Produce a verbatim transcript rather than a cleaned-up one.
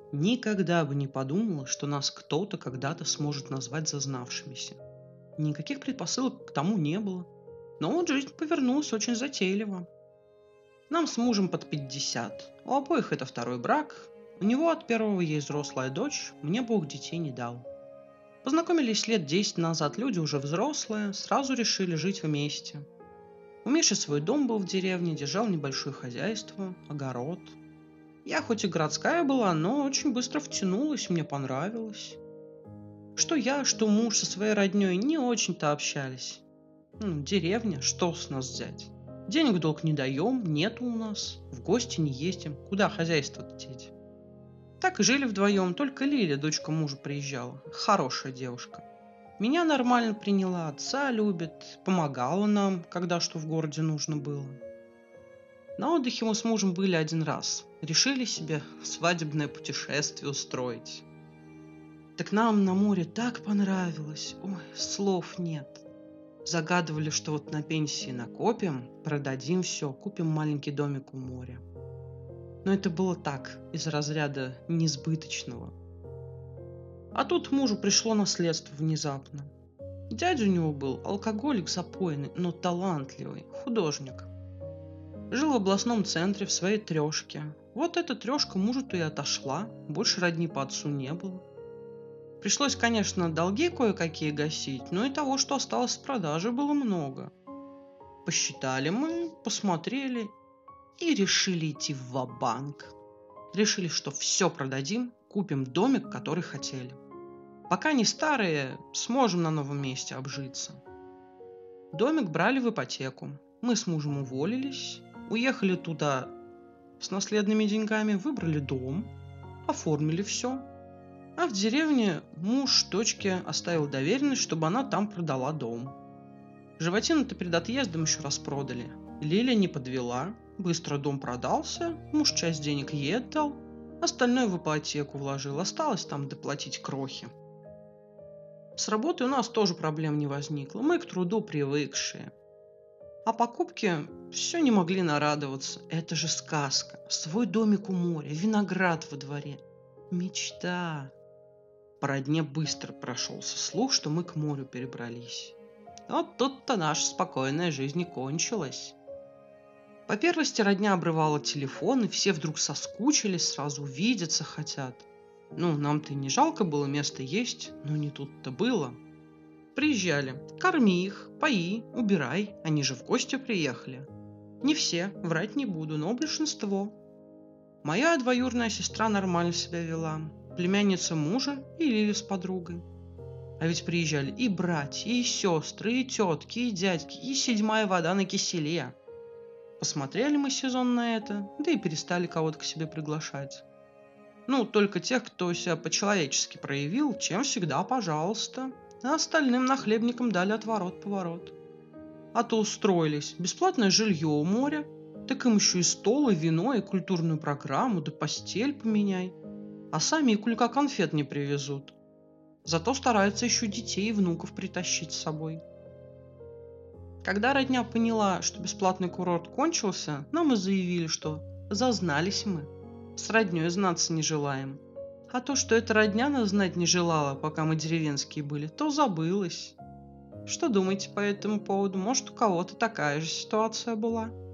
Никогда бы не подумала, что нас кто-то когда-то сможет назвать зазнавшимися. Никаких предпосылок к тому не было. Но вот жизнь повернулась очень затейливо. Нам с мужем под пятьдесят. У обоих это второй брак. У него от первого есть взрослая дочь, мне Бог детей не дал. Познакомились лет десять назад, люди уже взрослые, сразу решили жить вместе. У Миши свой дом был в деревне, держал небольшое хозяйство, огород. Я хоть и городская была, но очень быстро втянулась, мне понравилось. Что я, что муж со своей родней не очень-то общались. Ну, деревня, что с нас взять? Денег в долг не даем, нету у нас, в гости не ездим, куда хозяйство-то деть? Так и жили вдвоем, только Лиля, дочка мужа, приезжала. Хорошая девушка. Меня нормально приняла, отца любит, помогала нам, когда что в городе нужно было. На отдыхе мы с мужем были один раз. Решили себе свадебное путешествие устроить. Так нам на море так понравилось. Ой, слов нет. Загадывали, что вот на пенсии накопим, продадим все, купим маленький домик у моря. Но это было так, из разряда несбыточного. А тут мужу пришло наследство внезапно. Дядя у него был алкоголик запойный, но талантливый, художник. Жил в областном центре в своей трешке. Вот эта трешка мужу-то и отошла, больше родни по отцу не было. Пришлось, конечно, долги кое-какие гасить, но и того, что осталось с продажи, было много. Посчитали мы, посмотрели и решили идти в ва-банк. Решили, что все продадим, купим домик, который хотели. Пока не старые, сможем на новом месте обжиться. Домик брали в ипотеку. Мы с мужем уволились, уехали туда с наследными деньгами, выбрали дом, оформили все. А в деревне муж дочке оставил доверенность, чтобы она там продала дом. Животину-то перед отъездом еще раз продали. Лиля не подвела, быстро дом продался, муж часть денег ей отдал, остальное в ипотеку вложил, осталось там доплатить крохи. С работой у нас тоже проблем не возникло, мы к труду привыкшие. А покупки все не могли нарадоваться. Это же сказка. Свой домик у моря, виноград во дворе. Мечта. По родне быстро прошелся слух, что мы к морю перебрались. Вот тут-то наша спокойная жизнь и кончилась. По первости родня обрывала телефон, и все вдруг соскучились, сразу видеться хотят. Ну, нам-то и не жалко было, место есть, но не тут-то было. Приезжали. Корми их, пои, убирай, они же в гости приехали. Не все, врать не буду, но большинство. Моя двоюродная сестра нормально себя вела. Племянница мужа и Лиля с подругой. А ведь приезжали и братья, и сестры, и тетки, и дядьки, и седьмая вода на киселе. Посмотрели мы сезон на это, да и перестали кого-то к себе приглашать. Ну, только тех, кто себя по-человечески проявил, чем всегда, пожалуйста. А остальным нахлебникам дали отворот-поворот. А то устроились. Бесплатное жилье у моря, так им еще и стол, и вино, и культурную программу, да постель поменяй. А сами и кулька конфет не привезут. Зато стараются еще детей и внуков притащить с собой. Когда родня поняла, что бесплатный курорт кончился, нам и заявили, что зазнались мы. С родней знаться не желаем. А то, что эта родня нас знать не желала, пока мы деревенские были, то забылось. Что думаете по этому поводу? Может, у кого-то такая же ситуация была?